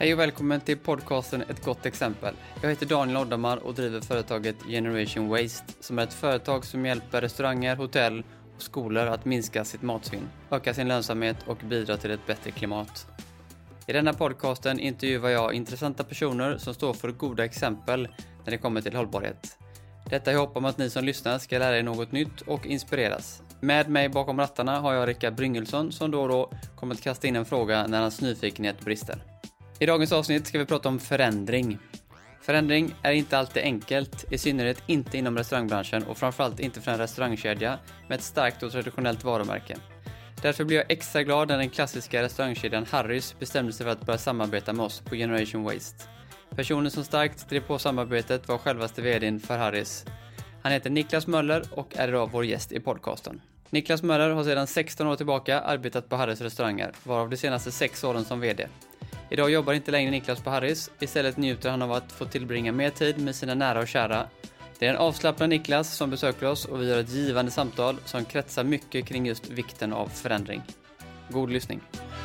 Hej och välkommen till podcasten Ett gott exempel. Jag heter Daniel Oddamar och driver företaget Generation Waste som är ett företag som hjälper restauranger, hotell och skolor att minska sitt matsvinn, öka sin lönsamhet och bidra till ett bättre klimat. I denna podcasten intervjuar jag intressanta personer som står för goda exempel när det kommer till hållbarhet. Detta i hopp om att ni som lyssnar ska lära er något nytt och inspireras. Med mig bakom rattarna har jag Rickard Bryngelsson som då och då kommer att kasta in en fråga när hans nyfikenhet brister. I dagens avsnitt ska vi prata om förändring. Förändring är inte alltid enkelt, i synnerhet inte inom restaurangbranschen och framförallt inte för en restaurangkedja med ett starkt och traditionellt varumärke. Därför blir jag extra glad när den klassiska restaurangkedjan Harrys bestämde sig för att börja samarbeta med oss på Generation Waste. Personen som starkt drev på samarbetet var självaste vdn för Harrys. Han heter Niklas Möller och är idag vår gäst i podcasten. Niklas Möller har sedan 16 år tillbaka arbetat på Harrys restauranger, varav de senaste 6 åren som vd. Idag jobbar inte längre Niklas på Harrys, istället njuter han av att få tillbringa mer tid med sina nära och kära. Det är en avslappnad Niklas som besöker oss och vi gör ett givande samtal som kretsar mycket kring just vikten av förändring. God lyssning.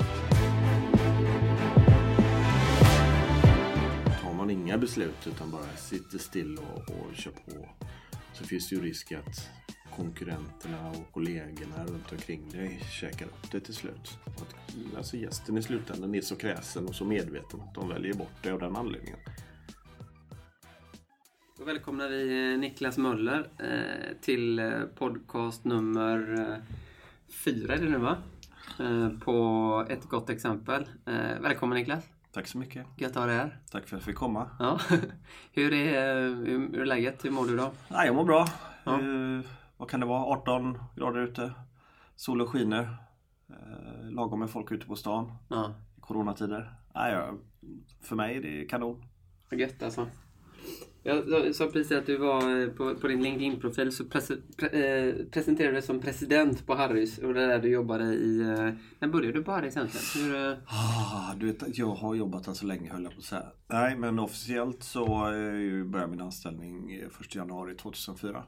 Tar man inga beslut utan bara sitter still och kör på, så finns det ju risk att konkurrenterna och kollegorna runt omkring dig käkar upp det till slut. Alltså gästen i slutändan är så kräsen och så medveten att de väljer bort det av den anledningen. Då välkomnar vi Niklas Möller till podcast nummer 4 är det nu va? På Ett gott exempel. Välkommen Niklas. Tack så mycket. Gött att ha dig här. Tack för att jag fick komma. Ja. Hur är läget? Hur mår du då? Ja, jag mår bra. Ja. Vad kan det vara? 18 grader ute. Solen skiner. Lagom med folk ute på stan. Ja. I coronatider. För mig är det kanon. Gött alltså. Jag sa precis att du var på din LinkedIn-profil så presenterade du dig som president på Harrys och det där du jobbade i. När började du på Harrys egentligen? Du vet, jag har jobbat här så länge höll jag på att säga. Nej, men officiellt så började min anställning 1 januari 2004.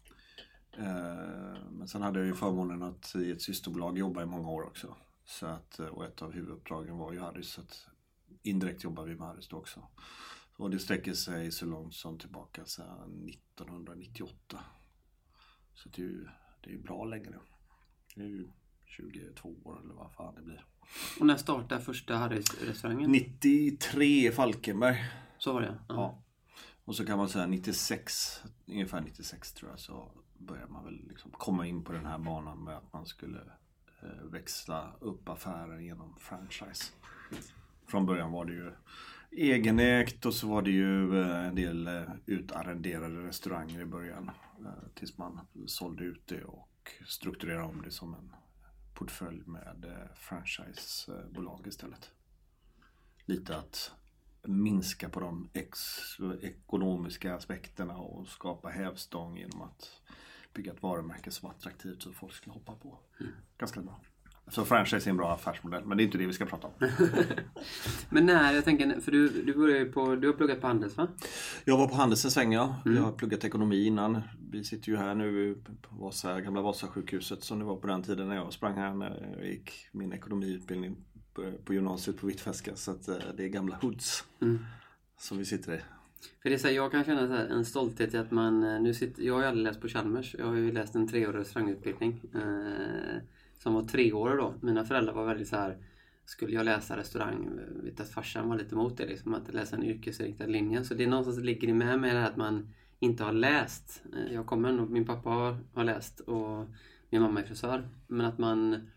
Men sen hade jag ju förmånen att i ett systerbolag jobba i många år också. Så att, och ett av huvuduppdragen var ju Harrys, så att indirekt jobbar vi med Harrys då också. Och det sträcker sig så långt som tillbaka sedan 1998. Så det är ju bra länge nu. Det är ju 22 år eller vad fan det blir. Och när startade första Harrys-restaurangen? 93 Falkenberg. Så var det? Ja. Och så kan man säga 96, ungefär 96 tror jag, så börjar man väl liksom komma in på den här banan med att man skulle växla upp affären genom franchise. Från början var det ju egenägt och så var det ju en del utarrenderade restauranger i början. Tills man sålde ut det och strukturerade om det som en portfölj med franchisebolag istället. Lite att minska på de ekonomiska aspekterna och skapa hävstång genom att bygga ett varumärke som var attraktivt så folk skulle hoppa på. Ganska bra. Så franchise är en bra affärsmodell, men det är inte det vi ska prata om. Men när, jag tänker, för du började du har pluggat på Handels va? Jag var på Handels en sväng, ja. Jag har pluggat ekonomi innan. Vi sitter ju här nu på gamla Vasasjukhuset som det var på den tiden när jag sprang här när jag gick min ekonomiutbildning på gymnasiet på Hvitfeldtska. Så att det är gamla hoods som vi sitter i. För det är så här, jag kan känna så här, en stolthet i att man jag har ju aldrig läst på Chalmers. Jag har ju läst en 3-årig restaurangutbildning som var 3 år då. Mina föräldrar var väldigt så här, skulle jag läsa restaurang, vet att farsan var lite emot det liksom, att läsa en yrkesinriktad linje. Så det är någonstans ligger det med det här att man inte har läst. Min pappa har läst och min mamma är frisör. Men att man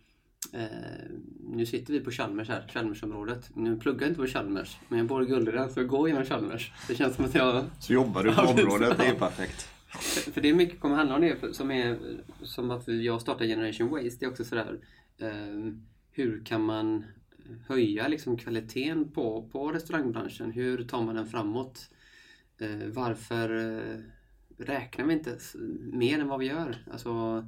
nu sitter vi på Chalmers här, Chalmersområdet. Nu pluggar jag inte på Chalmers, men jag bor i Gullered så jag går genom Chalmers. Det känns som att jag... Så jobbar du på området, det är perfekt. För det är mycket kommer handla om det som att jag startar Generation Waste. Det är också sådär, hur kan man höja liksom kvaliteten på restaurangbranschen? Hur tar man den framåt? Varför räknar vi inte mer än vad vi gör? Alltså,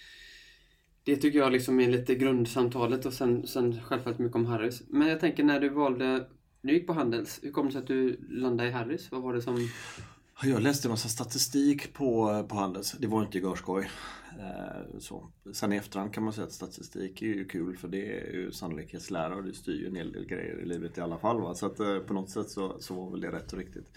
det tycker jag liksom är lite grundsamtalet och sen självfallet mycket om Harrys. Men jag tänker när du gick på Handels, hur kom det sig att du landade i Harrys? Vad var det som... Jag läste en massa statistik på Handels. Det var inte görskoj. Så. Sen i efterhand kan man säga att statistik är ju kul, för det är ju sannolikhetslära och det styr ju en hel del grejer i livet i alla fall. Va? Så att på något sätt så var väl det rätt och riktigt.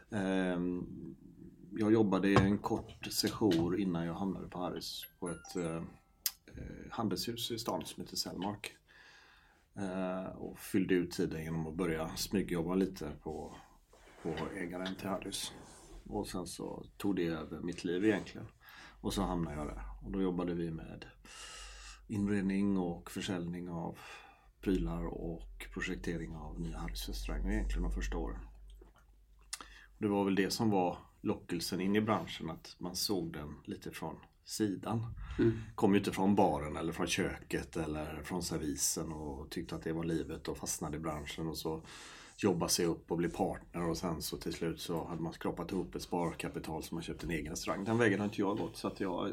Jag jobbade i en kort session innan jag hamnade på Harrys på ett handelshus i stan som heter Cellmark. Och fyllde ut tiden genom att börja smygjobba lite på ägaren till Harrys. Och sen så tog det över mitt liv egentligen. Och så hamnade jag där. Och då jobbade vi med inredning och försäljning av prylar och projektering av nya Harrys restauranger egentligen de första åren. Det var väl det som var lockelsen in i branschen, att man såg den lite från sidan. Kom ju inte från baren eller från köket eller från servisen och tyckte att det var livet och fastnade i branschen och så jobba sig upp och bli partner, och sen så till slut så hade man skrapat ihop ett sparkapital som man köpt en egen restaurang. Den vägen har inte jag gått, så att jag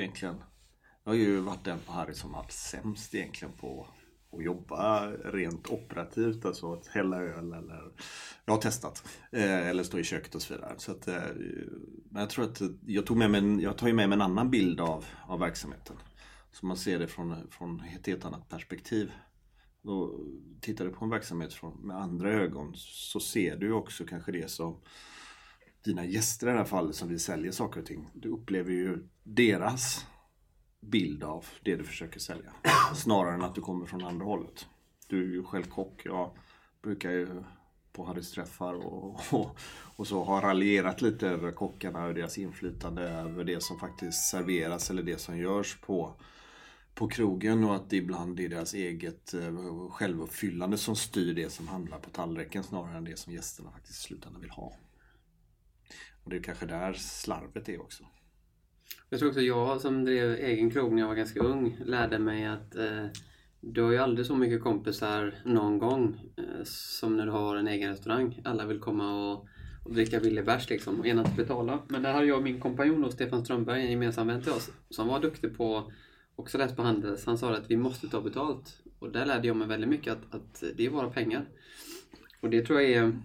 har ju varit den på Harry som varit sämst egentligen på att jobba rent operativt, alltså att hälla öl eller jag har testat eller stå i köket och så vidare. Så att men jag tror att jag tar ju med mig en annan bild av verksamheten, så man ser det från ett helt annat perspektiv. Då tittar du på en verksamhet med andra ögon, så ser du också kanske det som dina gäster i det här fallet som vi säljer saker och ting. Du upplever ju deras bild av det du försöker sälja, snarare än att du kommer från andra hållet. Du är ju själv kock. Jag brukar ju på Harrys träffar och så har raljerat lite över kockarna och deras inflytande över det som faktiskt serveras eller det som görs på krogen, och att det ibland är deras eget självuppfyllande som styr det som handlar på tallriken snarare än det som gästerna faktiskt i slutändan vill ha. Och det är kanske där slarvet är också. Jag tror också jag som drev egen krog när jag var ganska ung lärde mig att du har ju aldrig så mycket kompisar någon gång som när du har en egen restaurang. Alla vill komma och dricka billig bärs liksom och gärna inte betala. Men där har jag och min kompanjon och Stefan Strömberg, en gemensam vän till oss, som var duktig på, också läst på Handels. Han sa att vi måste ta betalt. Och där lärde jag mig väldigt mycket att det är våra pengar. Och det tror jag är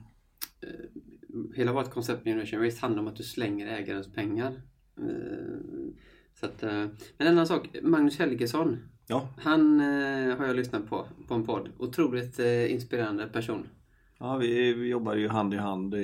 hela vårt koncept med Generation Waste handlar om att du slänger ägarens pengar. Så att, men en annan sak, Magnus Helgesson. Ja. Han har jag lyssnat på en podd. Otroligt inspirerande person. Ja, vi jobbar ju hand i hand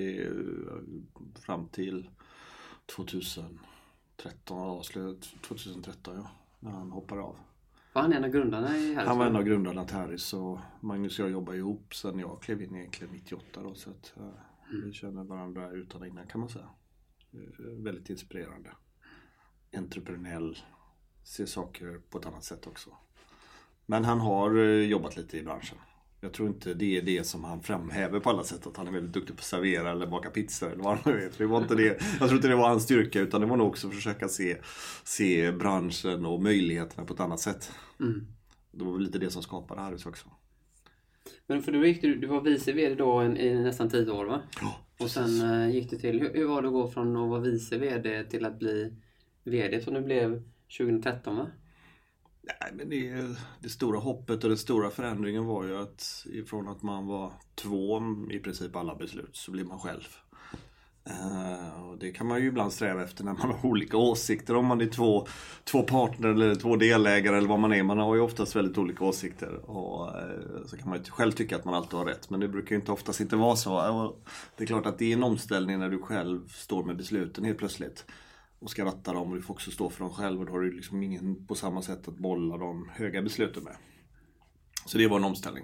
fram till 2013, avslut 2013 ja, när han hoppar av. Var han en av grundarna i Harrys? Han var en av grundarna till Harrys, och Magnus och jag jobbar ihop sen jag klev in egentligen 98 då, så att vi känner varandra utan innan kan man säga. Väldigt inspirerande. Entreprenöriell, ser saker på ett annat sätt också. Men han har jobbat lite i branschen. Jag tror inte det är det som han framhäver på alla sätt, att han är väldigt duktig på att servera eller baka pizza eller vad han vet. Det var inte det. Jag tror inte det var hans styrka, utan det var nog också att försöka se branschen och möjligheterna på ett annat sätt. Det var väl lite det som skapade Harrys också. Men för du var vice vd då i nästan 10 år, va? Ja. Och sen gick det till, hur var det att gå från att vara vice vd till att bli vd som du blev 2013, va? Nej, men det stora hoppet och den stora förändringen var ju att ifrån att man var 2 i princip alla beslut, så blir man själv. Och det kan man ju ibland sträva efter när man har olika åsikter, om man är två partner eller 2 delägare eller vad man är. Man har ju oftast väldigt olika åsikter, och så kan man ju själv tycka att man alltid har rätt, men det brukar ju oftast inte vara så. Och det är klart att det är en omställning när du själv står med besluten helt plötsligt och ska ratta dem, och du får också stå för dem själv, och då har du liksom ingen på samma sätt att bolla de höga besluten med. Så det var en omställning.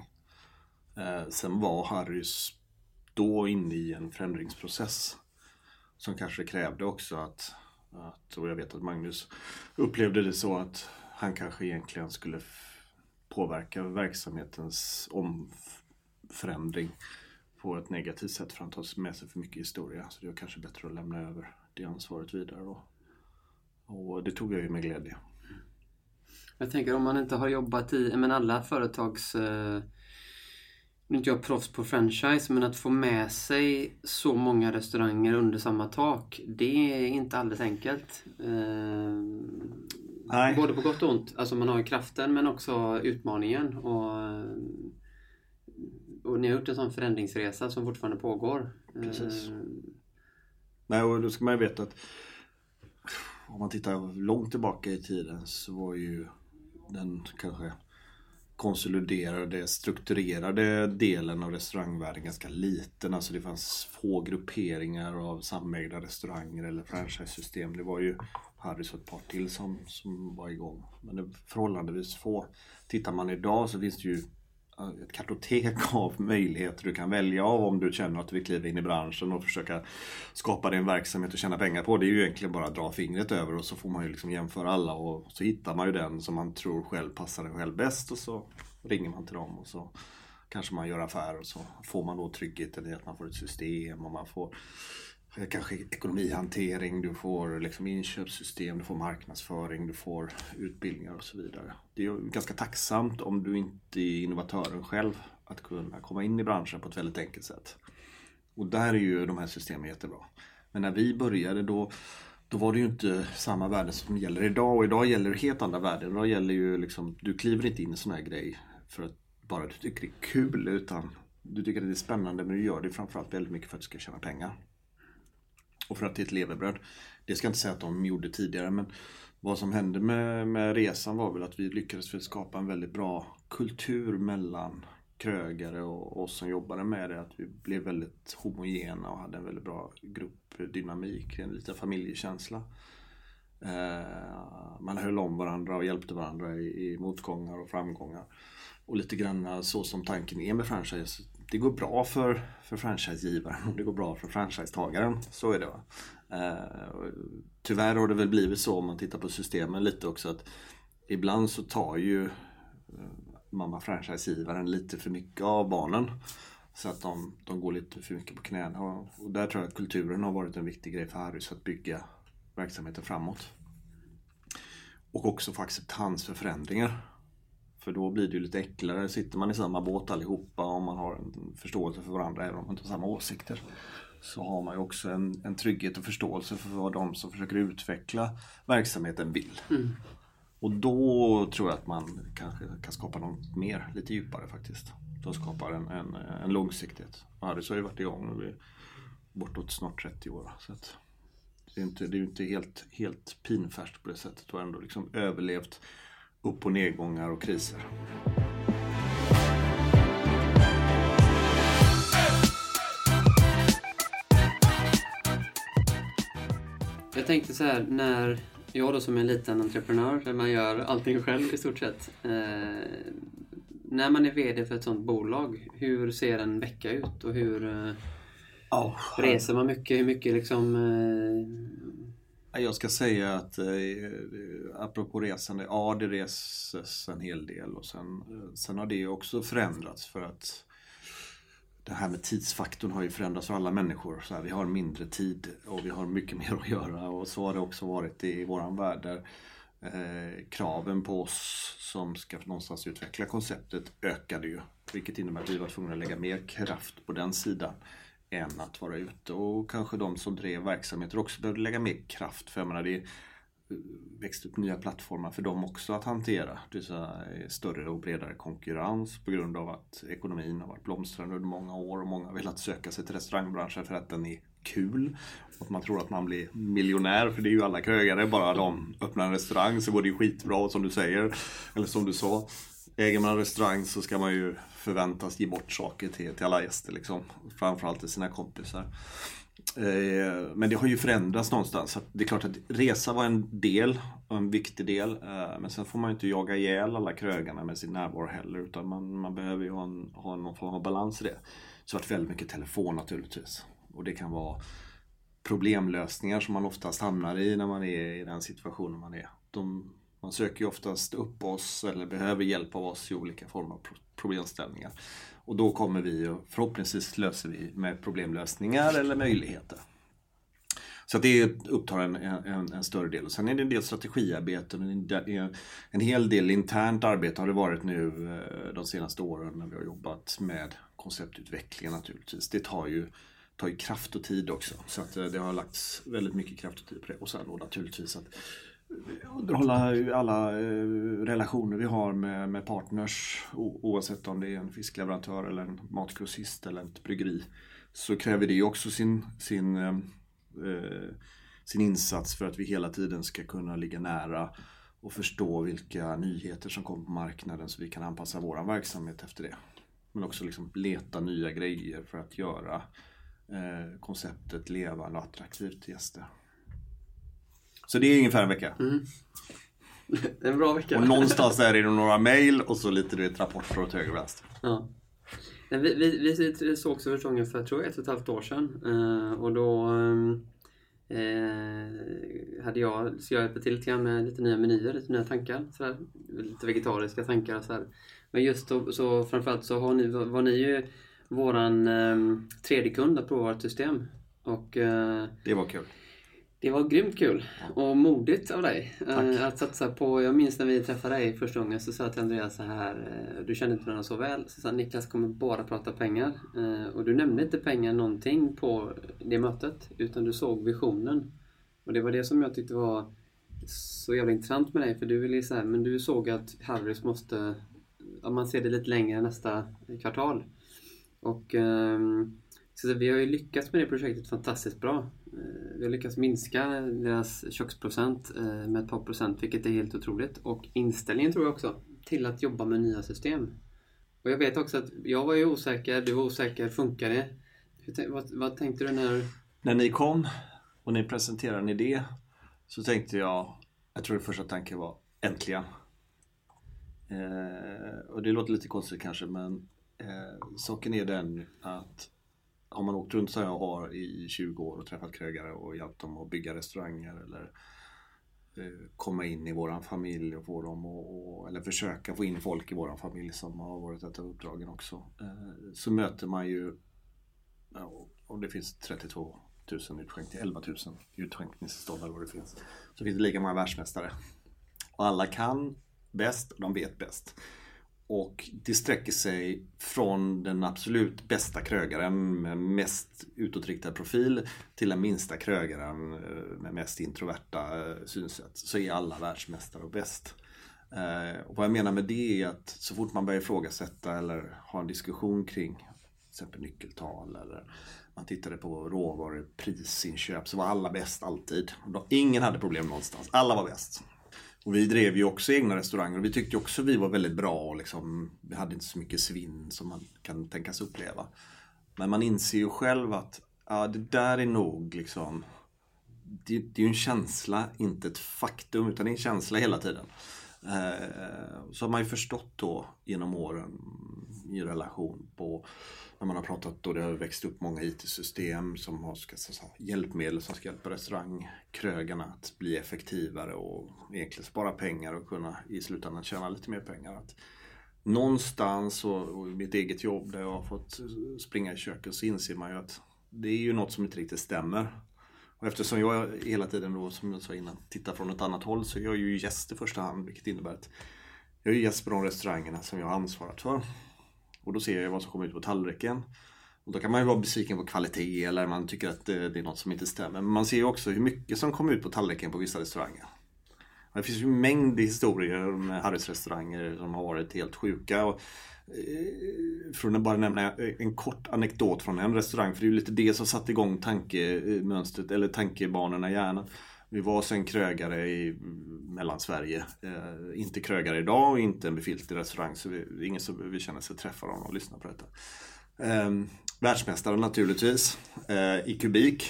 Sen var Harrys då inne i en förändringsprocess som kanske krävde också att och jag vet att Magnus upplevde det så, att han kanske egentligen skulle påverka verksamhetens förändring på ett negativt sätt, för han tar med sig för mycket historia. Så det var kanske bättre att lämna över det ansvaret vidare då. Och det tog jag ju med glädje. Jag tänker om man inte har jobbat men alla företags, nu är inte jag proffs på franchise, men att få med sig så många restauranger under samma tak, det är inte alldeles enkelt. Nej. Både på gott och ont. Alltså man har ju kraften men också utmaningen, och ni har gjort en sån förändringsresa som fortfarande pågår. Precis. Nej, och då ska man ju veta att om man tittar långt tillbaka i tiden så var ju den kanske konsoliderade, strukturerade delen av restaurangvärlden ganska liten. Alltså det fanns få grupperingar av samägda restauranger eller franchise-system. Det var ju Harrys och ett par till som var igång. Men det är förhållandevis få. Tittar man idag så finns det ju ett kartotek av möjligheter du kan välja av om du känner att du vill kliva in i branschen och försöka skapa dig en verksamhet och tjäna pengar på. Det är ju egentligen bara att dra fingret över och så får man ju liksom jämföra alla och så hittar man ju den som man tror själv passar en själv bäst och så ringer man till dem och så kanske man gör affär och så får man då tryggheten i att man får ett system och man får kanske ekonomihantering, du får liksom inköpssystem, du får marknadsföring, du får utbildningar och så vidare. Det är ju ganska tacksamt om du inte är innovatören själv att kunna komma in i branschen på ett väldigt enkelt sätt. Och där är ju de här systemen jättebra. Men när vi började då var det ju inte samma värden som gäller idag och idag gäller det helt andra värden. Idag gäller ju liksom, du kliver inte in i en sån här grej för att bara du tycker det är kul utan du tycker det är spännande men du gör det framförallt väldigt mycket för att du ska tjäna pengar. Och för att det är ett levebröd. Det ska jag inte säga att de gjorde tidigare men vad som hände med resan var väl att vi lyckades för att skapa en väldigt bra kultur mellan krögare och oss som jobbade med det. Att vi blev väldigt homogena och hade en väldigt bra gruppdynamik, en liten familjekänsla. Man höll om varandra och hjälpte varandra i motgångar och framgångar. Och lite grann så som tanken är med franchise. Det går bra för franchisegivaren och det går bra för franchisetagaren. Så är det va. Tyvärr har det väl blivit så om man tittar på systemen lite också att ibland så tar ju mamma franchisegivaren lite för mycket av barnen. Så att de går lite för mycket på knäna. Och där tror jag att kulturen har varit en viktig grej för Harrys att bygga verksamheten framåt. Och också få acceptans för förändringar. För då blir det ju lite äcklare. Sitter man i samma båt allihopa och man har en förståelse för varandra även om man inte har samma åsikter. Så har man ju också en trygghet och förståelse för vad de som försöker utveckla verksamheten vill. Mm. Och då tror jag att man kanske kan skapa något mer, lite djupare faktiskt. De skapar en långsiktighet. Harrys har ju varit igång nu bortåt snart 30 år. Så att det är ju inte helt pinfärskt på det sättet. Och ändå liksom överlevt upp- och nedgångar och kriser. Jag tänkte så här, när jag då som en liten entreprenör, där man gör allting själv i stort sett. När man är vd för ett sånt bolag, hur ser en vecka ut och hur reser man mycket? Hur mycket liksom... Jag ska säga att apropå resande, ja det reses en hel del och sen har det också förändrats för att det här med tidsfaktorn har ju förändrats för alla människor. Så här, vi har mindre tid och vi har mycket mer att göra och så har det också varit i våran värld där kraven på oss som ska någonstans utveckla konceptet ökade ju. Vilket innebär att vi var tvungna att lägga mer kraft på den sidan än att vara ute. Och kanske de som drev verksamheter också behövde lägga mer kraft. För jag menar, det växte upp nya plattformar för dem också att hantera. Det är så större och bredare konkurrens på grund av att ekonomin har varit blomstrande under många år. Och många har velat söka sig till restaurangbranschen för att den är kul. Och att man tror att man blir miljonär, för det är ju alla krögare. Bara de öppnar en restaurang så går det ju skitbra som du säger. Eller som du sa. Äger man en restaurang så ska man ju förväntas ge bort saker till alla gäster liksom. Framförallt till sina kompisar. Men det har ju förändrats någonstans. Så det är klart att resa var en del, en viktig del. Men sen får man ju inte jaga ihjäl alla krögarna med sin närvaro heller. Utan man behöver ju ha någon form av balans i det. Så det har varit väldigt mycket telefon naturligtvis. Och det kan vara problemlösningar som man oftast hamnar i när man är i den situationen man är. Man söker ju oftast upp oss eller behöver hjälp av oss i olika former av problemställningar. Och då kommer vi och förhoppningsvis löser vi med problemlösningar eller möjligheter. Så att det upptar en större del. Och sen är det en del strategiarbete, men en hel del internt arbete har det varit nu de senaste åren när vi har jobbat med konceptutvecklingen naturligtvis. Det tar ju kraft och tid också. Så att det har lagts väldigt mycket kraft och tid på det. Och sen då naturligtvis att underhålla alla relationer vi har med partners, oavsett om det är en fiskleverantör eller en matgrossist eller ett bryggeri, så kräver det också sin sin insats för att vi hela tiden ska kunna ligga nära och förstå vilka nyheter som kommer på marknaden så vi kan anpassa vår verksamhet efter det. Men också liksom leta nya grejer för att göra konceptet levande och attraktivt till gäster. Så det är ungefär en vecka. Det är en bra vecka. Och någonstans är det några mejl och så lite rapporter åt höger och vänster. Ja. Vi såg också första gången för, tror jag, 1,5 år sedan. Och då jag hjälpte till lite grann med lite nya menyer, lite nya tankar. Sådär, lite vegetariska tankar och sådär. Men just då, så framförallt så var ni ju våran tredje kund att prova vårt system. Och det var kul. Det var grymt kul och modigt av dig att satsa på. Jag minns när vi träffade dig första gången så sa till Andreas så här, du kände inte varandra så väl, så sa Niklas kommer bara prata pengar, och du nämnde inte pengar någonting på det mötet utan du såg visionen, och det var det som jag tyckte var så jävla intressant med dig, för du ville så här, men du såg att Harrys måste, om man ser det lite längre nästa kvartal, och så vi har ju lyckats med det projektet fantastiskt bra. Vi har lyckats minska deras köksprocent med ett par procent, vilket är helt otroligt. Och inställningen tror jag också till att jobba med nya system. Och jag vet också att jag var ju osäker, du var osäker, funkar det? Vad tänkte du när ni kom och ni presenterade en idé, så tänkte jag tror det första tanken var äntligen. Och det låter lite konstigt kanske, men saken är den att om man åkt runt så jag har i 20 år och träffat krögare och hjälpt dem att bygga restauranger eller komma in i våran familj och få dem eller försöka få in folk i våran familj som har varit ett av uppdragen också, så möter man ju, om det finns 32 000 utskänkningar, 11 000 utskänkningstillstånd eller vad det finns, så finns det lika många världsmästare och alla kan bäst och de vet bäst. Och det sträcker sig från den absolut bästa krögaren med mest utåtriktad profil till den minsta krögaren med mest introverta synsätt. Så är alla världsmästare och bäst. Och vad jag menar med det är att så fort man börjar ifrågasätta eller ha en diskussion kring till exempel nyckeltal eller man tittade på råvaruprisinköp, så var alla bäst alltid. Ingen hade problem någonstans. Alla var bäst. Och vi drev ju också egna restauranger och vi tyckte också vi var väldigt bra och liksom, vi hade inte så mycket svinn som man kan tänkas uppleva. Men man inser ju själv att det där är nog liksom, det är ju en känsla, inte ett faktum, utan det är en känsla hela tiden. Så har man ju förstått då genom åren i relation på när man har pratat och det har växt upp många IT-system som har hjälpmedel som ska hjälpa restaurangkrögarna att bli effektivare och egentligen spara pengar och kunna i slutändan tjäna lite mer pengar. Att någonstans och i mitt eget jobb där jag har fått springa i köket så inser man ju att det är ju något som inte riktigt stämmer. Och eftersom jag hela tiden då, som jag sa innan, tittar från ett annat håll, så är jag ju gäst i första hand, vilket innebär att jag är gäst på de restaurangerna som jag har ansvarat för. Och då ser jag vad som kommer ut på tallriken. Och då kan man ju vara besviken på kvalitet eller man tycker att det är något som inte stämmer. Men man ser ju också hur mycket som kommer ut på tallriken på vissa restauranger. Och det finns ju en mängd historier med Harrys restauranger som har varit helt sjuka. Och, för att bara nämna en kort anekdot från en restaurang, för det är ju lite det som satt igång tankemönstret eller tankebanorna i hjärnan. Vi var sen krögare i Mellansverige, inte krögare idag och inte en befintlig restaurang, så ingen som vi känner sig träffa dem och lyssna på detta. Världsmästare naturligtvis, i kubik.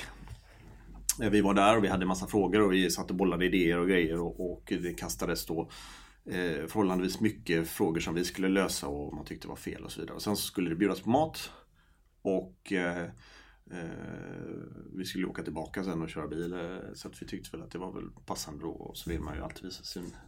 Vi var där och vi hade en massa frågor och vi satt och bollade idéer och grejer och det kastades då förhållandevis mycket frågor som vi skulle lösa och man tyckte var fel och så vidare. Och sen så skulle det bjudas på mat och vi skulle åka tillbaka sen och köra bil, så att vi tyckte väl att det var väl passande då, och så vill man ju alltid visa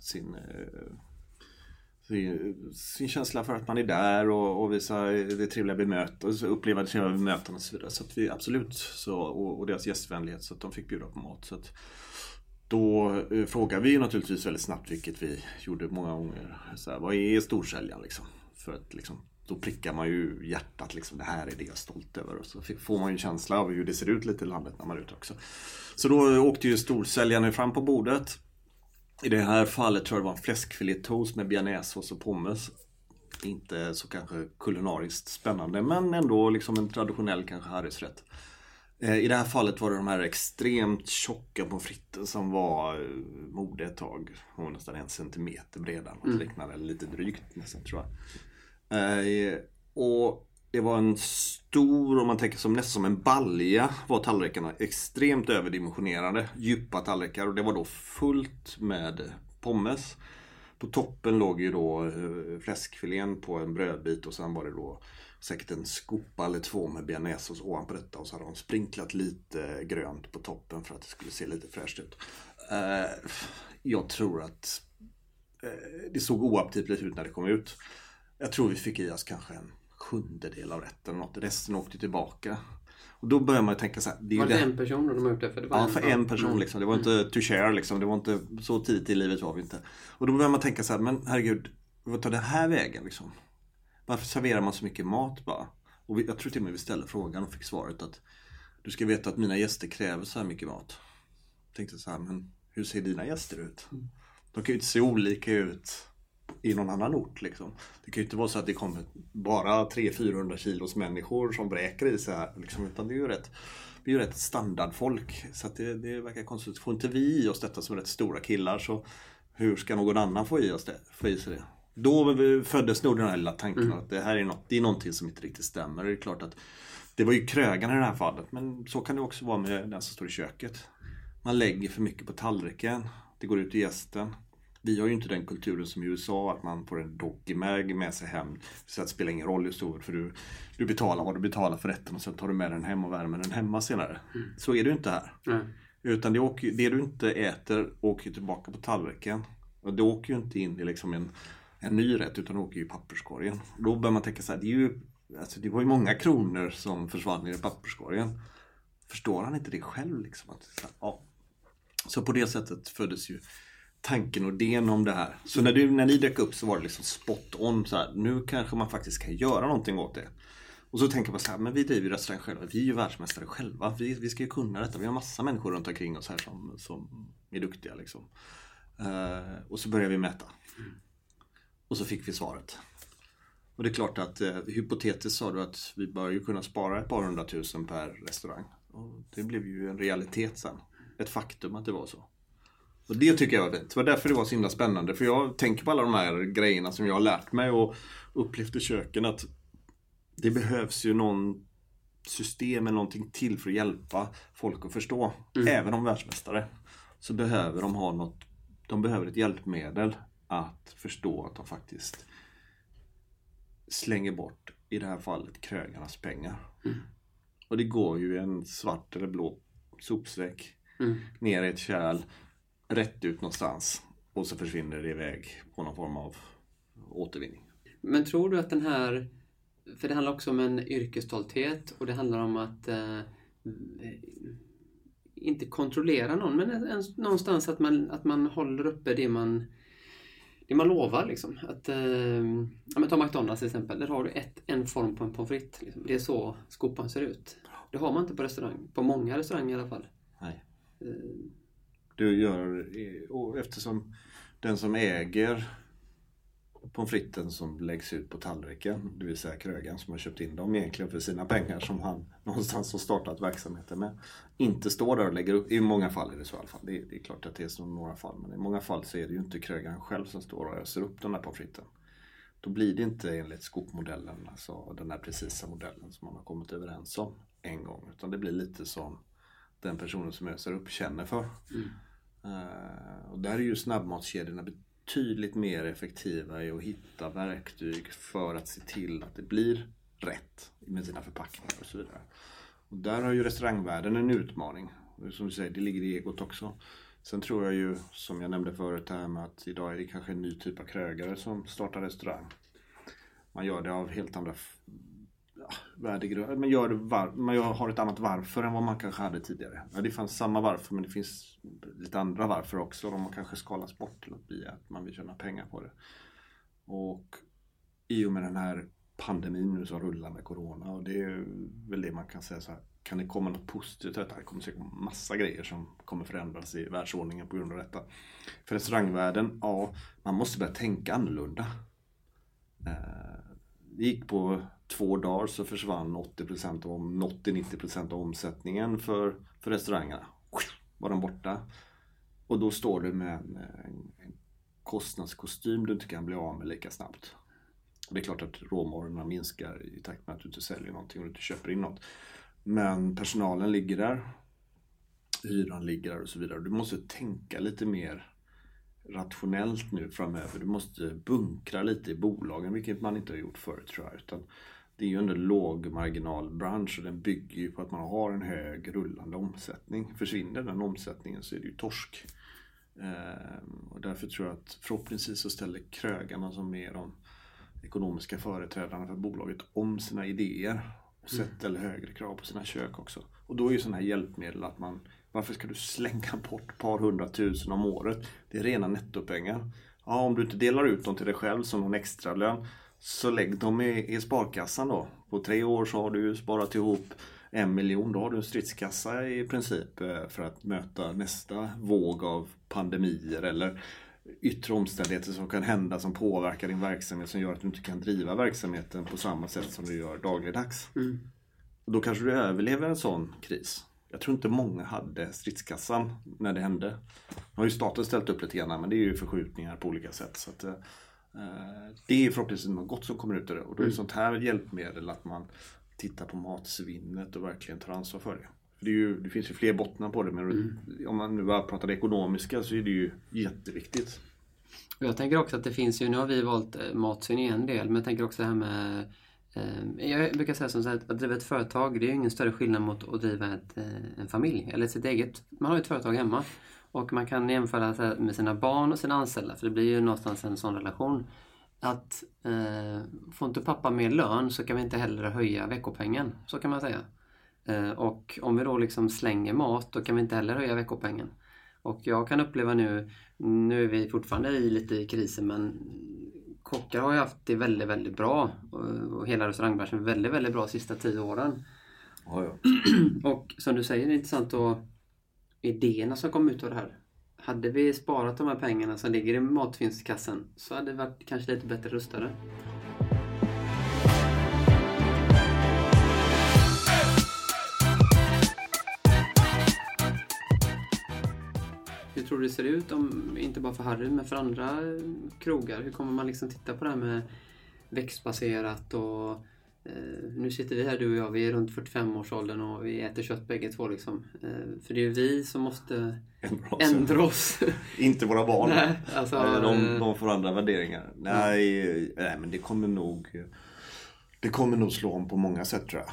sin känsla för att man är där och visa det trevliga bemötandet och uppleva det trevliga bemötandet och så vidare, så att vi absolut så, och deras gästvänlighet, så att de fick bjuda på mat. Så att då frågar vi naturligtvis väldigt snabbt, vilket vi gjorde många gånger, så här, vad är storsäljaren liksom, för att liksom, då prickar man ju hjärtat liksom, det här är det jag är stolt över, och så får man ju en känsla av hur det ser ut lite i landet när man är ute också. Så då åkte ju storsäljaren fram på bordet. I det här fallet tror jag det var en fläskfilétoast med bearnaisesås och pommes. Inte så kanske kulinariskt spännande, men ändå liksom en traditionell kanske Harrysrätt. I det här fallet var det de här extremt tjocka pommes frites som var mode ett tag. Hon var nästan 1 centimeter breda. Liknande, eller lite drygt nästan tror jag. Och det var en stor, om man tänker som nästan som en balja, var tallrikarna extremt överdimensionerade. Djupa tallrikar och det var då fullt med pommes. På toppen låg ju då fläskfilén på en brödbit och sen var det då säkert en skopa eller 2 med bearnaisesås ovanpå detta och så hade de sprinklat lite grönt på toppen för att det skulle se lite fräscht ut. Jag tror att det såg oaptitligt ut när det kom ut. Jag tror vi fick i oss kanske en 1/7 av rätten eller något. Resten åkte tillbaka. Och då börjar man tänka så här. Var det en person de har gjort det? För det var för en person liksom. Det var inte to share liksom. Det var inte så tidigt i livet var vi inte. Och då börjar man tänka så här. Men herregud, vad tar det här vägen liksom? Varför serverar man så mycket mat bara? Och jag tror till och med vi ställde frågan och fick svaret att du ska veta att mina gäster kräver så här mycket mat. Jag tänkte så här, men hur ser dina gäster ut? De kan ju inte se olika ut i någon annan ort liksom. Det kan ju inte vara så att det kommer bara 300-400 kilos människor som bräker i sig här liksom, utan det är ju rätt standardfolk. Så att det verkar konstigt. Får inte vi i oss detta som rätt stora killar, så hur ska någon annan få i sig det? Då föddes nog den här lilla tanken att det här är någonting som inte riktigt stämmer. Det är klart att det var ju krögarna i det här fallet, men så kan det också vara med den som står i köket. Man lägger för mycket på tallriken, det går ut i gästen. Vi har ju inte den kulturen som i USA, att man får en doggy-mag med sig hem. Så att det spelar ingen roll hur stor, för du betalar vad du betalar för rätten och sen tar du med den hem och värmer den hemma senare. Så är det ju inte här. Utan det du inte äter åker tillbaka på tallriken. Och det åker ju inte in i liksom en ny rätt, utan åker ju i papperskorgen. Då bör man tänka så här, det var ju många kronor som försvann i papperskorgen. Förstår han inte det själv liksom? Så på det sättet föddes ju tanken och idén om det här. Så när ni dök upp så var det liksom spot on så här, nu kanske man faktiskt kan göra någonting åt det. Och så tänker man så här, men vi driver restaurang själva, vi är ju världsmästare själva, vi ska ju kunna detta, vi har massa människor runt omkring oss här som är duktiga liksom. Och så börjar vi mäta. Och så fick vi svaret. Och det är klart att hypotetiskt sa du att vi bör ju kunna spara ett par 100 000 per restaurang. Och det blev ju en realitet sen. Ett faktum att det var så. Och det tycker jag var fint. Det var därför det var så himla spännande. För jag tänker på alla de här grejerna som jag har lärt mig och upplevt i köken. Att det behövs ju någon system eller någonting till för att hjälpa folk att förstå. Även om världsmästare. Så behöver de ha något. De behöver ett hjälpmedel att förstå att de faktiskt slänger bort, i det här fallet, krögarnas pengar. Och det går ju en svart eller blå sopsäck ner i ett kärl, rätt ut någonstans, och så försvinner det iväg på någon form av återvinning. Men tror du att den här, för det handlar också om en yrkesstolthet och det handlar om att inte kontrollera någon, men någonstans att man håller uppe det man lovar liksom. Att ta McDonald's till exempel, där har du en form på en pommes frites liksom. Det är så skopan ser ut. Det har man inte på restaurang, på många restauranger i alla fall. Nej. Du gör, och eftersom den som äger pommes fritesen som läggs ut på tallriken, det vill säga krögaren som har köpt in dem egentligen för sina pengar som han någonstans har startat verksamheten med, inte står där och lägger upp. I många fall är det så i alla fall. Det är klart att det är så i några fall, men i många fall så är det ju inte krögaren själv som står och öser upp den här pommes fritesen. Då blir det inte enligt skopmodellen, alltså den här precisa modellen som man har kommit överens om en gång, utan det blir lite som den personen som öser upp känner för. Och där är ju snabbmatskedjorna betydligt mer effektiva i att hitta verktyg för att se till att det blir rätt med sina förpackningar och så vidare. Och där har ju restaurangvärlden en utmaning. Som du säger, det ligger i egot också. Sen tror jag ju, som jag nämnde förut här, med att idag är det kanske en ny typ av krögare som startar restaurang. Man gör det av helt andra värdegrunder. Man har ett annat varför än vad man kanske hade tidigare. Ja, det fanns samma varför, men det finns lite andra varför också. De har kanske skalats bort till att bli att man vill tjäna pengar på det. Och i och med den här pandemin nu som rullar med corona, och det är väl det man kan säga så här, kan det komma något positivt? Det kommer säkert massa grejer som kommer förändras i världsordningen på grund av detta. För restaurangvärlden, man måste börja tänka annorlunda. Vi gick på 2 dagar så försvann 80-90% av omsättningen för restaurangerna. Var de borta. Och då står du med en kostnadskostym du inte kan bli av med lika snabbt. Och det är klart att råvarorna minskar i takt med att du inte säljer någonting och du inte köper in något. Men personalen ligger där, hyran ligger där och så vidare. Du måste tänka lite mer rationellt nu framöver. Du måste bunkra lite i bolagen, vilket man inte har gjort förut tror jag. Utan det är ju en lågmarginalbransch och den bygger ju på att man har en hög rullande omsättning. Försvinner den omsättningen så är det ju torsk. Och därför tror jag att förhoppningsvis så ställer krögarna som är de ekonomiska företrädarna för bolaget om sina idéer och sätter högre krav på sina kök också. Och då är ju sådana här hjälpmedel att varför ska du slänga bort ett par 100 000 om året? Det är rena nettopengar. Ja, om du inte delar ut dem till dig själv som någon extra lön så lägg dem i sparkassan då. På 3 år så har du sparat ihop 1 miljon. Då har du en stridskassa i princip för att möta nästa våg av pandemier eller yttre omständigheter som kan hända som påverkar din verksamhet som gör att du inte kan driva verksamheten på samma sätt som du gör dagligdags. Och då kanske du överlever en sån kris. Jag tror inte många hade stridskassan när det hände. Nu har ju staten ställt upp lite grann men det är ju förskjutningar på olika sätt. Så att, det är förhoppningsvis något gott som kommer ut av det. Och då är sånt här hjälpmedel att man tittar på matsvinnet och verkligen tar ansvar för det. För det finns ju fler bottnar på det, men om man nu bara pratar det ekonomiska så är det ju jätteviktigt. Jag tänker också att det finns ju, nu har vi valt matsvinn i en del, men jag tänker också det här med jag brukar säga som så här, att driva ett företag, det är ju ingen större skillnad mot att driva en familj eller sitt eget. Man har ju ett företag hemma och man kan jämföra med sina barn och sina anställda, för det blir ju någonstans en sån relation. Att får inte pappa mer lön så kan vi inte heller höja veckopengen, så kan man säga. Och om vi då liksom slänger mat, då kan vi inte heller höja veckopengen. Och jag kan uppleva nu är vi fortfarande lite i krisen, men kockar har ju haft det väldigt, väldigt bra. Och hela restaurangbranschen väldigt, väldigt bra de sista 10 åren. Ja. Och som du säger, det är intressant att idéerna som kom ut av det här. Hade vi sparat de här pengarna som ligger i matvinstkassan så hade vi varit kanske lite bättre rustade. Hur tror du det ser ut, om inte bara för Harry men för andra krogar? Hur kommer man liksom titta på det här med växtbaserat och nu sitter vi här, du och jag, vi är runt 45-årsåldern och vi äter kött bägge två liksom. För det är ju vi som måste ändra oss. Inte våra barn. Nej, alltså, de får andra värderingar. Nej, men det kommer nog slå om på många sätt tror jag.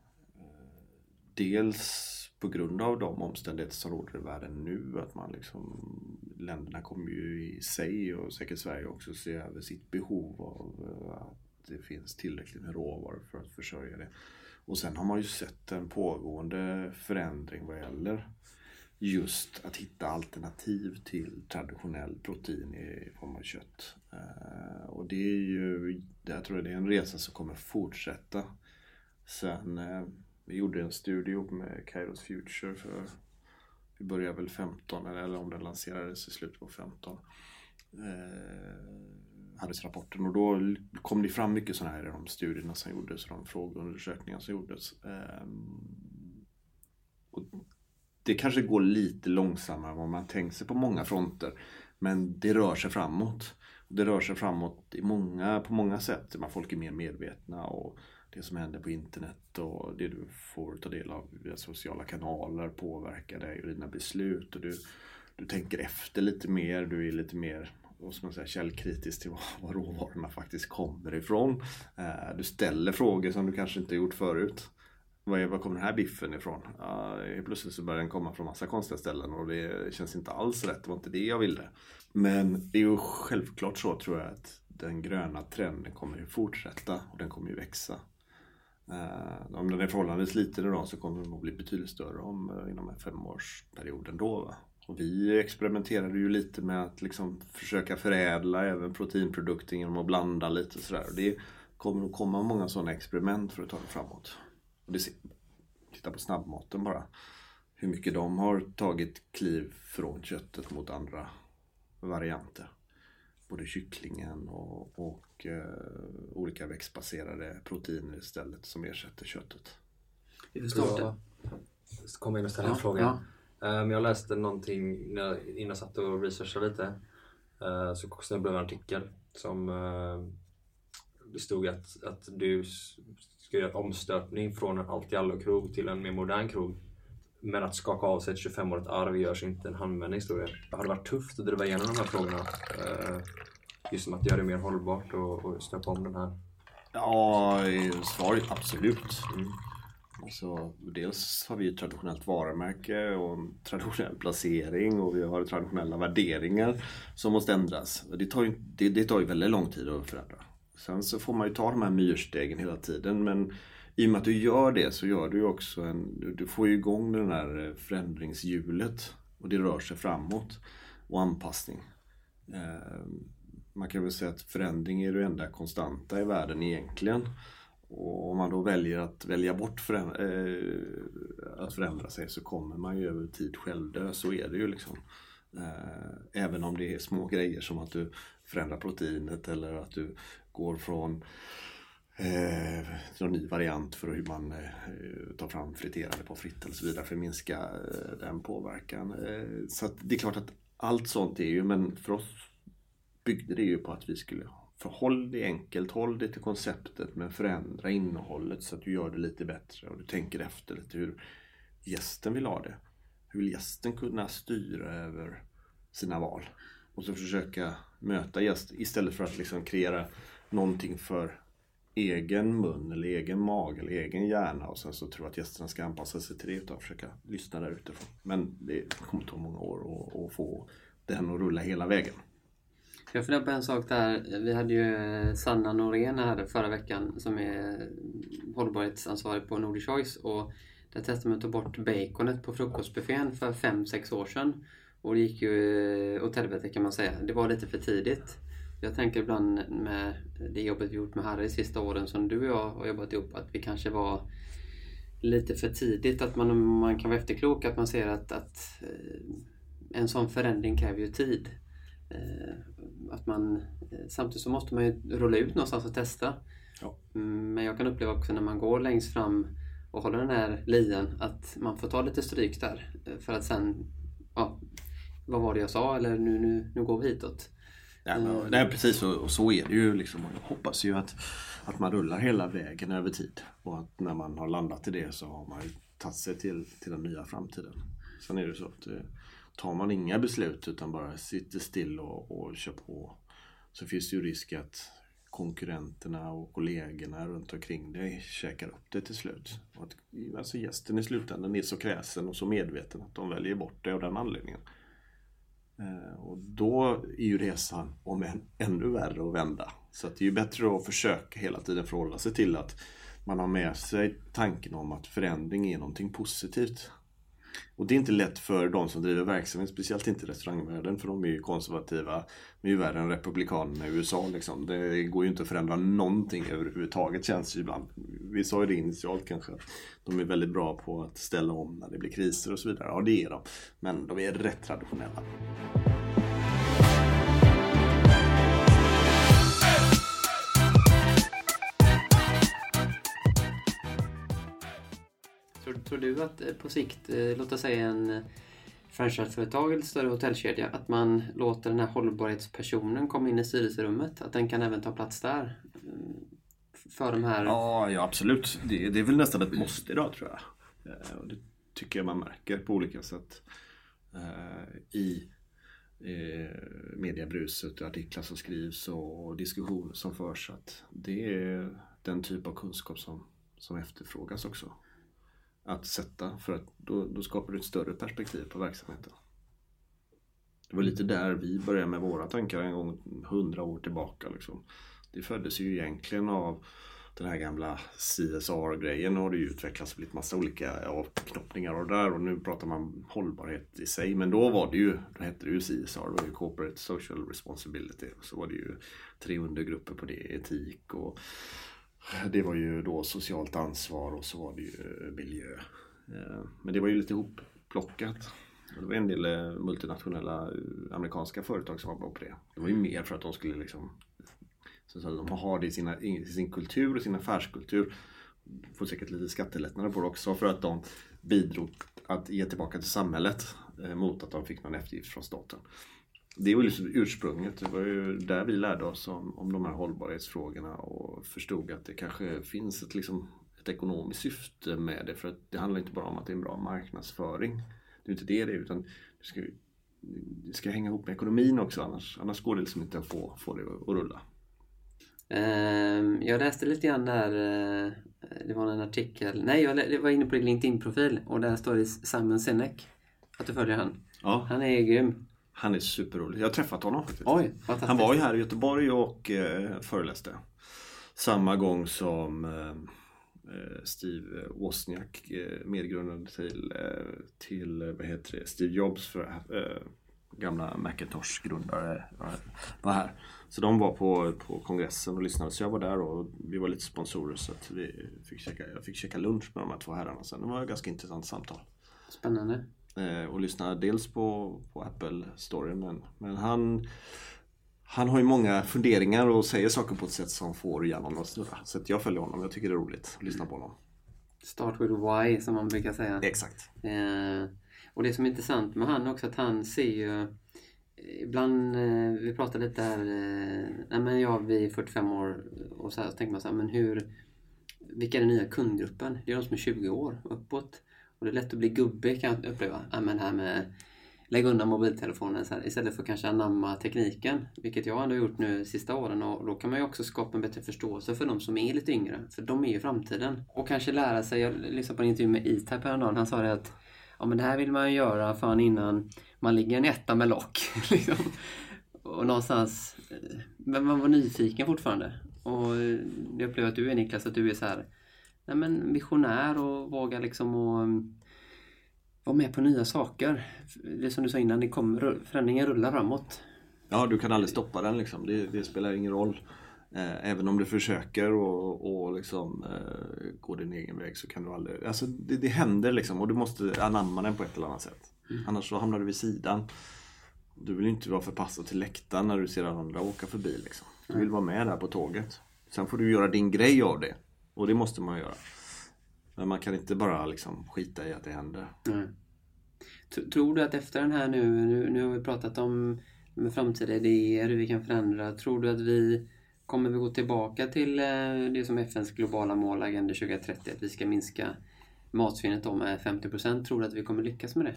Dels på grund av de omständigheter som råder i världen nu, att man liksom, länderna kommer ju i sig och säkert Sverige också se över sitt behov av att det finns tillräckligt med råvaror för att försörja det. Och sen har man ju sett en pågående förändring vad gäller just att hitta alternativ till traditionell protein i form av kött. Och det är ju, jag tror det är en resa som kommer fortsätta. Sen vi gjorde en studie ihop med Kairos Future för, vi började väl 15 eller om den lanserades i slutet på 15. Rapporten och då kom det fram mycket sådana här i de studierna som gjordes och de frågeundersökningar som gjordes. Och det kanske går lite långsammare än vad man tänkt sig på många fronter, men det rör sig framåt. Det rör sig framåt på många sätt. Folk är mer medvetna och det som händer på internet och det du får ta del av via sociala kanaler påverkar dig och dina beslut och du tänker efter lite mer, du är lite mer källkritisk till var råvarorna faktiskt kommer ifrån. Du ställer frågor som du kanske inte gjort förut. Var kommer den här biffen ifrån? Plötsligt så börjar den komma från massa konstiga ställen och det känns inte alls rätt. Det var inte det jag ville. Men det är ju självklart så, tror jag, att den gröna trenden kommer ju fortsätta och den kommer ju växa. Om den är förhållandevis liten idag så kommer den nog bli betydligt större inom en 5-årsperiod då, va? Och vi experimenterade ju lite med att liksom försöka förädla även proteinprodukter genom att blanda lite sådär. Och det kommer nog komma många sådana experiment för att ta det framåt. Och titta på snabbmaten bara. Hur mycket de har tagit kliv från köttet mot andra varianter. både kycklingen och olika växtbaserade proteiner istället som ersätter köttet. Jag kommer in och ställa en fråga. Jag läste någonting innan jag satt och researchade lite. Så snubblade en artikel som det stod att du ska göra omstöpning från en allt-i-allo-krog till en mer modern krog. Men att skaka av sig ett 25-årigt arv görs inte en handvändning, står det. Har det varit tufft att driva igenom de här frågorna? Just som att göra det mer hållbart och stöpa om den här? Ja, svaret absolut. Alltså, dels har vi ett traditionellt varumärke och en traditionell placering och vi har traditionella värderingar som måste ändras. Det tar ju väldigt lång tid att förändra. Sen så får man ju ta de här myrstegen hela tiden, men i och med att du gör det så gör du ju också du får ju igång den här förändringshjulet och det rör sig framåt och anpassning. Man kan väl säga att förändring är det enda konstanta i världen egentligen. Och om man då väljer att välja bort att förändra sig så kommer man ju över tid själv dö. Så är det ju liksom. Även om det är små grejer som att du förändrar proteinet eller att du går från någon ny variant för hur man tar fram friterade på fritt eller så vidare för att minska den påverkan. Så att det är klart att allt sånt är ju, men för oss byggde det ju på att vi skulle håll det enkelt, håll det till konceptet men förändra innehållet så att du gör det lite bättre och du tänker efter lite hur gästen vill ha det. Hur vill gästen kunna styra över sina val? Och så försöka möta gästen istället för att liksom kreera någonting för egen mun eller egen mage eller egen hjärna och sen så tror att gästerna ska anpassa sig till det utan försöka lyssna där utifrån. Men det kommer ta många år att få den att rulla hela vägen. Jag funderar på en sak där. Vi hade ju Sanna Norén här förra veckan som är hållbarhetsansvarig på Nordic Choice och där testade man att ta bort baconet på frukostbuffén för 5-6 år sedan och det gick ju åt helvete kan man säga. Det var lite för tidigt. Jag tänker ibland med det jobbet vi gjort med Harry sista åren som du och jag har jobbat ihop att vi kanske var lite för tidigt, att man kan vara efterklok, att man ser att en sån förändring kräver ju tid. Att samtidigt så måste man ju rulla ut någonstans och testa. Ja. Men jag kan uppleva också när man går längst fram och håller den här lien att man får ta lite stryk där för att sen, vad var det jag sa eller nu går vi hitåt. Ja, nej, precis och så är det ju liksom. Jag hoppas ju att man rullar hela vägen över tid och att när man har landat i det så har man ju tagit sig till den nya framtiden. Sen är det så att tar man inga beslut utan bara sitter still och kör på så finns det ju risk att konkurrenterna och kollegorna runt omkring dig käkar upp det till slut. Och att, alltså gästen i slutändan är så kräsen och så medveten att de väljer bort det av den anledningen. Och då är ju resan om ännu värre att vända. Så att det är ju bättre att försöka hela tiden förhålla sig till att man har med sig tanken om att förändring är någonting positivt. Och det är inte lätt för de som driver verksamhet, speciellt inte i restaurangvärlden, för de är ju konservativa, de är ju värre än republikanerna i USA liksom. Det går ju inte att förändra någonting överhuvudtaget, känns det ibland. Vi sa ju det initialt kanske, att de är väldigt bra på att ställa om när det blir kriser och så vidare. Ja, det är de, men de är rätt traditionella. Tror du att på sikt, låt oss säga en franchiseföretag eller större hotellkedja, att man låter den här hållbarhetspersonen komma in i styrelserummet, att den kan även ta plats där för de här? Ja, absolut. Det är väl nästan ett måste idag, tror jag. Och det tycker jag man märker på olika sätt i mediebruset, artiklar som skrivs och diskussioner som förs. Att det är den typ av kunskap som efterfrågas också. Att sätta, för att då skapar du ett större perspektiv på verksamheten. Det var lite där vi började med våra tankar en gång 100 år tillbaka liksom. Det föddes ju egentligen av den här gamla CSR-grejen och det utvecklats och blivit massa olika avknoppningar och där, och nu pratar man hållbarhet i sig, men då hette det ju CSR, det var ju Corporate Social Responsibility, och så var det ju 3 undergrupper på det, etik och det var ju då socialt ansvar och så var det ju miljö. Men det var ju lite ihopplockat. Det var en del multinationella amerikanska företag som var bra på det. Det var ju mer för att de skulle liksom, så de har det i sin kultur och sin affärskultur. Får säkert lite skattelättnader på det också för att de bidrog att ge tillbaka till samhället mot att de fick någon eftergift från staten. Det var liksom ursprunget. Det var ju där vi lärde oss om de här hållbarhetsfrågorna och förstod att det kanske finns ett ekonomiskt syfte med det. För att det handlar inte bara om att det är en bra marknadsföring. Det är inte det utan det ska hänga ihop med ekonomin också. Annars går det liksom inte att få det att rulla. Jag läste lite grann där, det var en artikel, jag var inne på din LinkedIn-profil och där står det Simon Sinek, att du följer han. Ja. Han är grym. Han är superrolig. Jag har träffat honom faktiskt. Oj, han var ju här i Göteborg och föreläste. Samma gång som Steve Wozniak medgrundade till Steve Jobs för gamla Macintosh-grundare var här. Så de var på kongressen och lyssnade. Så jag var där och vi var lite sponsorer så att jag fick käka lunch med de här två herrarna sen. Det var ett ganska intressant samtal. Spännande. Och lyssna dels på Apple-storyn men han har ju många funderingar och säger saker på ett sätt som får hjärnan att snurra. Så att jag följer honom, jag tycker det är roligt att lyssna på honom. Start with why som man brukar säga. Exakt. Och det som är intressant med han också att han ser ju ibland, vi pratar lite här, vi är 45 år och så här, så tänker man så här, men vilka är den nya kundgruppen? Det är de som är 20 år uppåt. Och det är lätt att bli gubbe kan jag uppleva. Men här med lägga undan mobiltelefonen så här, istället för kanske anamma tekniken. Vilket jag ändå gjort nu de sista åren. Och då kan man ju också skapa en bättre förståelse för de som är lite yngre. För de är ju framtiden. Och kanske lära sig, jag lyssnade på en intervju med E-Type häromdagen. Han sa det att men det här vill man ju göra fan innan man ligger en etta med lock. Liksom. Och någonstans, men man var nyfiken fortfarande. Och jag upplever att du är Niklas, att du är så här visionär och vågar liksom och vara med på nya saker. Det som du sa innan, förändringen rullar framåt. Ja, du kan aldrig stoppa den liksom. Det spelar ingen roll. Även om du försöker och liksom gå din egen väg så kan du aldrig... Alltså det händer liksom och du måste anamma den på ett eller annat sätt. Annars så hamnar du vid sidan. Du vill inte vara förpassad till läktaren när du ser andra åka förbi liksom. Du vill vara med där på tåget. Sen får du göra din grej av det. Och det måste man göra. Men man kan inte bara liksom skita i att det händer. Tror du att efter den här nu har vi pratat om med framtida idéer, hur vi kan förändra. Tror du att kommer vi gå tillbaka till det som FNs globala mål, Agenda 2030, att vi ska minska matsvinnet med 50%? Tror du att vi kommer lyckas med det?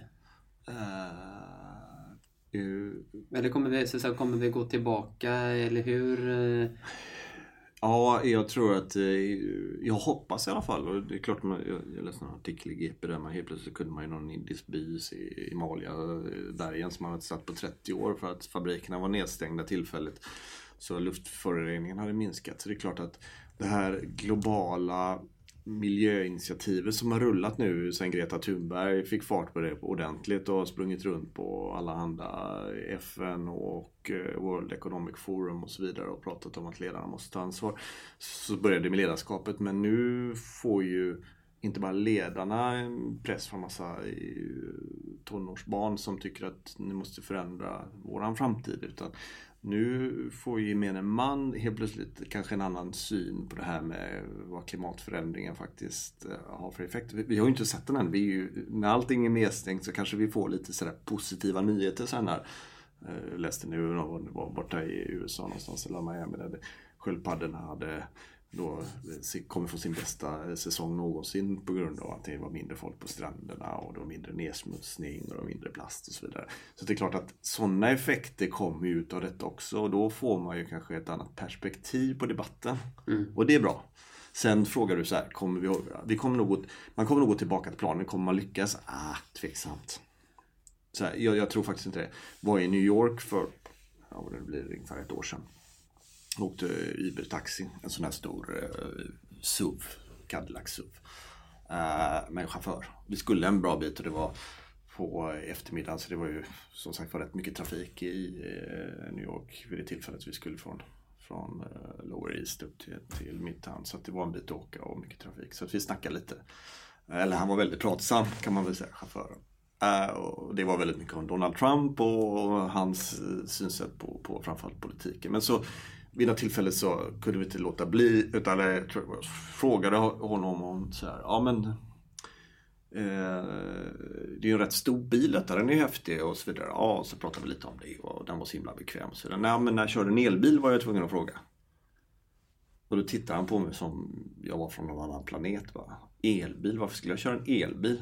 Eller kommer vi gå tillbaka, eller hur? Ja, jag tror att jag hoppas i alla fall, och det är klart jag läste en artikel i GP där man helt plötsligt kunde man i någon indisk by i Malia bergen som man hade satt på 30 år för att fabrikerna var nedstängda tillfälligt, så luftföroreningen hade minskat. Så det är klart att det här globala miljöinitiativet som har rullat nu sen Greta Thunberg fick fart på det ordentligt och har sprungit runt på alla andra FN och World Economic Forum och så vidare och pratat om att ledarna måste ta ansvar, så började det med ledarskapet. Men nu får ju inte bara ledarna en press från massa tonårsbarn som tycker att ni måste förändra våran framtid, utan nu får ju gemene man helt plötsligt kanske en annan syn på det här med vad klimatförändringen faktiskt har för effekt. Vi har ju inte sett den än. När allting är nedstängt så kanske vi får lite sådär positiva nyheter sen här. Jag läste nu när det var borta i USA någonstans eller Miami där sköldpaddorna hade då kommer få sin bästa säsong någonsin på grund av att det var mindre folk på stränderna och det var mindre nedsmutsning och det var mindre plast och så vidare. Så det är klart att sådana effekter kommer ut av detta också, och då får man ju kanske ett annat perspektiv på debatten. Och det är bra. Sen frågar du så här, man kommer nog gå tillbaka till planen, kommer man lyckas? Tveksamt. Så här, jag tror faktiskt inte det. Var i New York för det blir ungefär ett år sedan. Åkte Uber-taxi, en sån här stor SUV, Cadillac SUV, med en chaufför. Vi skulle en bra bit och det var på eftermiddagen, så det var ju som sagt rätt mycket trafik i New York vid det tillfället vi skulle från Lower East upp till Midtown, så att det var en bit att åka och mycket trafik. Så att vi snackade lite, eller han var väldigt pratsam kan man väl säga, chauffören. Och det var väldigt mycket om Donald Trump och hans synsätt på framförallt politiken. Men så vid något tillfälle så kunde vi inte låta bli, utan jag frågade honom om så här, ja men det är ju en rätt stor bil detta, den är häftig och så vidare. Ja, så pratade vi lite om det och den var så himla bekväm. Så där, nej, men när jag körde en elbil var jag tvungen att fråga. Och då tittade han på mig som jag var från någon annan planet. Va? Elbil, varför skulle jag köra en elbil?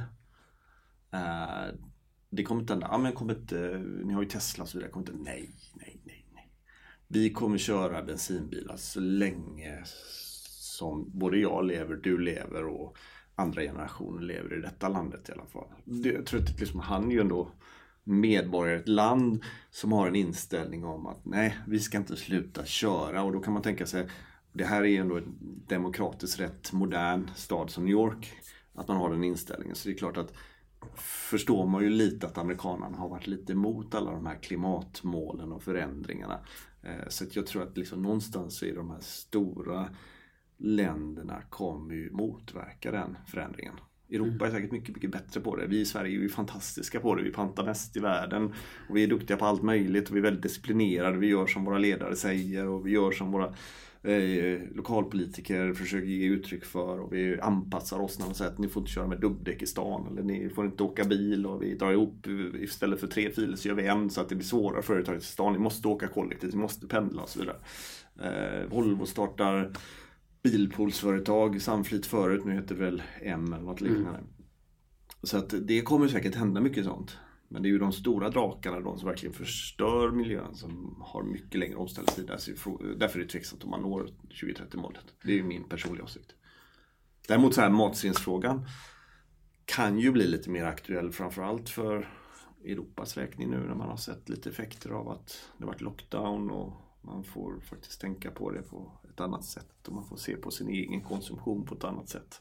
Det kommer inte hända, ja men kommer inte, ni har ju Tesla och så vidare, kommer inte, nej. Vi kommer köra bensinbilar så länge som både jag lever, du lever och andra generationer lever i detta landet i alla fall. Jag tror att liksom, han är ju ändå medborgare i ett land som har en inställning om att nej, vi ska inte sluta köra. Och då kan man tänka sig, det här är ju ändå en demokratiskt rätt modern stad som New York, att man har den inställningen. Så det är klart att förstår man ju lite att amerikanerna har varit lite emot alla de här klimatmålen och förändringarna. Så att jag tror att liksom någonstans i de här stora länderna kommer ju motverka den förändringen. Europa är säkert mycket bättre på det. Vi i Sverige är ju fantastiska på det. Vi pantar mest i världen och vi är duktiga på allt möjligt och vi är väldigt disciplinerade. Vi gör som våra ledare säger och vi gör som våra lokalpolitiker försöker ge uttryck för, och vi anpassar oss när de säger att ni får inte köra med dubbdäck i stan eller ni får inte åka bil, och vi drar ihop istället för 3 filer så gör vi en så att det blir svårare för företaget i stan. Ni måste åka kollektivt, ni måste pendla och så vidare. Volvo startar bilpoolsföretag, Samflit förut, nu heter det väl M eller något liknande. Så att det kommer säkert hända mycket sånt. Men det är ju de stora drakarna, de som verkligen förstör miljön, som har mycket längre omställningstid. Därför är det tveksamt om man når 2030-målet. Det är ju min personliga åsikt. Däremot så här matsvinnsfrågan kan ju bli lite mer aktuell, framförallt för Europas räkning nu när man har sett lite effekter av att det har varit lockdown, och man får faktiskt tänka på det på ett annat sätt och man får se på sin egen konsumtion på ett annat sätt.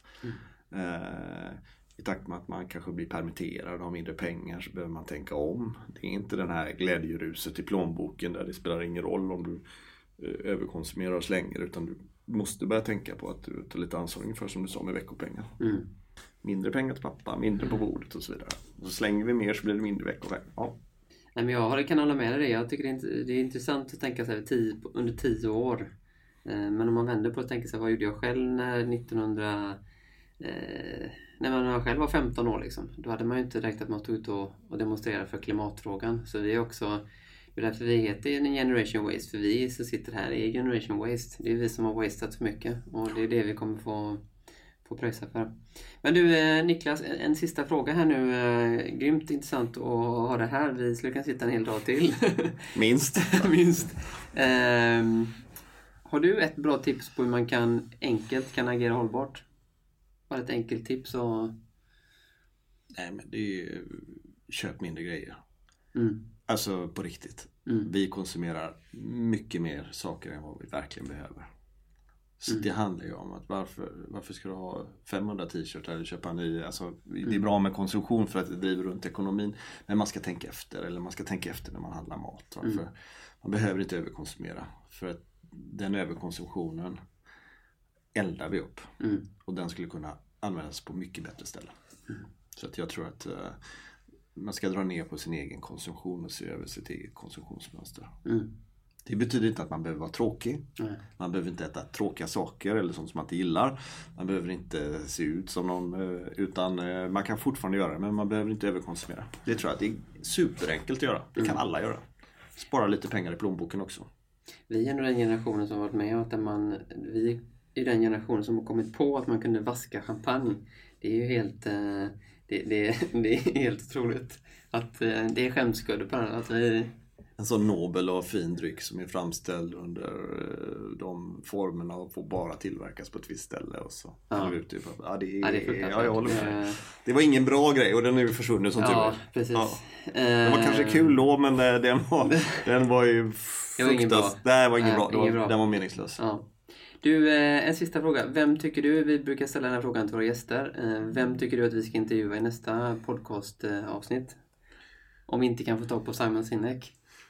I takt med att man kanske blir permitterad och har mindre pengar så behöver man tänka om. Det är inte den här glädjeruset i plånboken där det spelar ingen roll om du överkonsumerar och slänger, utan du måste börja tänka på att du tar lite ansvar ungefär som du sa med veckopengar. Mindre pengar till pappa, mindre på bordet och så vidare. Och så slänger vi mer så blir det mindre veckopengar. Ja. Nej, men jag kan hålla med dig. Jag tycker det är intressant att tänka sig under 10 år. Men om man vänder på att tänka sig, vad gjorde jag själv när man själv var 15 år liksom. Då hade man ju inte räknat att man stod ut och demonstrerade för klimatfrågan. Så vi är också, det är därför vi heter en Generation Waste. För vi som sitter här är Generation Waste. Det är vi som har wasted för mycket. Och det är det vi kommer få pröjsa för. Men du Niklas, en sista fråga här nu. Grymt intressant att ha det här. Vi skulle kunna sitta en hel dag till. Minst. Har du ett bra tips på hur man enkelt kan agera hållbart? Bara ett enkelt tips och... Nej, men det är ju köp mindre grejer. Alltså på riktigt. Vi konsumerar mycket mer saker än vad vi verkligen behöver. Så det handlar ju om att varför ska du ha 500 t-shirts eller köpa en ny? Alltså, det är bra med konsumtion för att det driver runt ekonomin. Men man ska tänka efter, när man handlar mat. Man behöver inte överkonsumera. För att den överkonsumtionen eldar vi upp. Och den skulle kunna användas på mycket bättre ställen. Så att jag tror att man ska dra ner på sin egen konsumtion och se över sitt eget konsumtionsmönster. Det betyder inte att man behöver vara tråkig. Man behöver inte äta tråkiga saker eller sånt som man inte gillar. Man behöver inte se ut som någon, utan man kan fortfarande göra det, men man behöver inte överkonsumera. Det tror jag att det är superenkelt att göra. Det kan alla göra. Spara lite pengar i plånboken också. Vi är nog den generationen som har varit med och vi är den generationen som har kommit på att man kunde vaska champagne. Det är ju helt det är helt otroligt att det är skämskudde på den, att vi... En sån nobel och fin dryck som är framställd under de formerna och får bara tillverkas på ett visst ställe och så. Det är jag håller med. Det var ingen bra grej och den är ju försvunnen som tur är. Ja, precis. Ja. Det var kanske kul då, men den var ju fruktansvärt. Det var ingen bra. Den var meningslös. Ja. Du, en sista fråga. Vem tycker du, vi brukar ställa den här frågan till våra gäster. Vem tycker du att vi ska intervjua i nästa podcastavsnitt? Om vi inte kan få tag på Simon Sinek.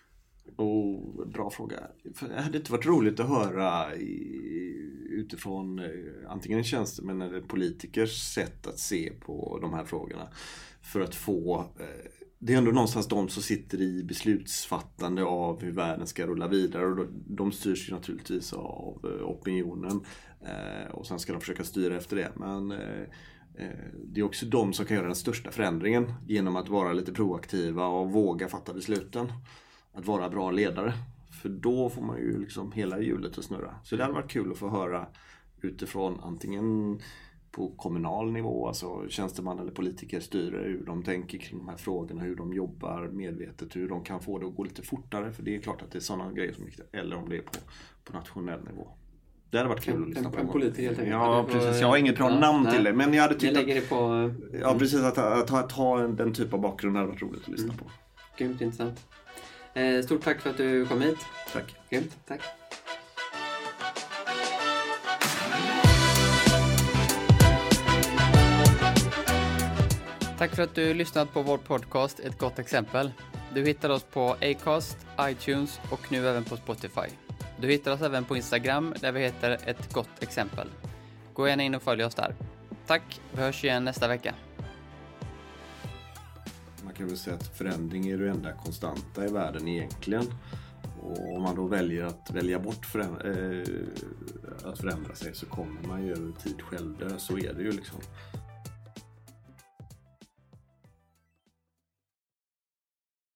Bra fråga. Det hade inte varit roligt att höra utifrån antingen en tjänsteman eller politikers sätt att se på de här frågorna. För att få... Det är ändå någonstans de som sitter i beslutsfattande av hur världen ska rulla vidare. Och de styrs ju naturligtvis av opinionen. Och sen ska de försöka styra efter det. Men det är också de som kan göra den största förändringen genom att vara lite proaktiva och våga fatta besluten. Att vara bra ledare. För då får man ju liksom hela hjulet att snurra. Så det hade varit kul att få höra utifrån antingen på kommunal nivå, alltså tjänsteman eller politiker styrer, hur de tänker kring de här frågorna, hur de jobbar medvetet, hur de kan få det att gå lite fortare. För det är klart att det är sådana grejer som är viktiga. Eller om det är på nationell nivå. Det hade varit kul att lyssna på. En politiker helt enkelt. Ja, precis. Jag har inget bra namn till det. Men jag hade tyckt lägger det på... Ja, precis. Att ha den typ av bakgrund hade varit roligt att lyssna på. Grymt intressant. Stort tack för att du kom hit. Tack. Grymt, tack. Tack för att du lyssnat på vår podcast Ett gott exempel. Du hittar oss på Acast, iTunes och nu även på Spotify. Du hittar oss även på Instagram där vi heter Ett gott exempel. Gå gärna in och följ oss där. Tack, vi hörs igen nästa vecka. Man kan väl säga att förändring är det enda konstanta i världen egentligen. Och om man då väljer att välja bort att förändra sig så kommer man ju över tid själv dö. Så är det ju liksom.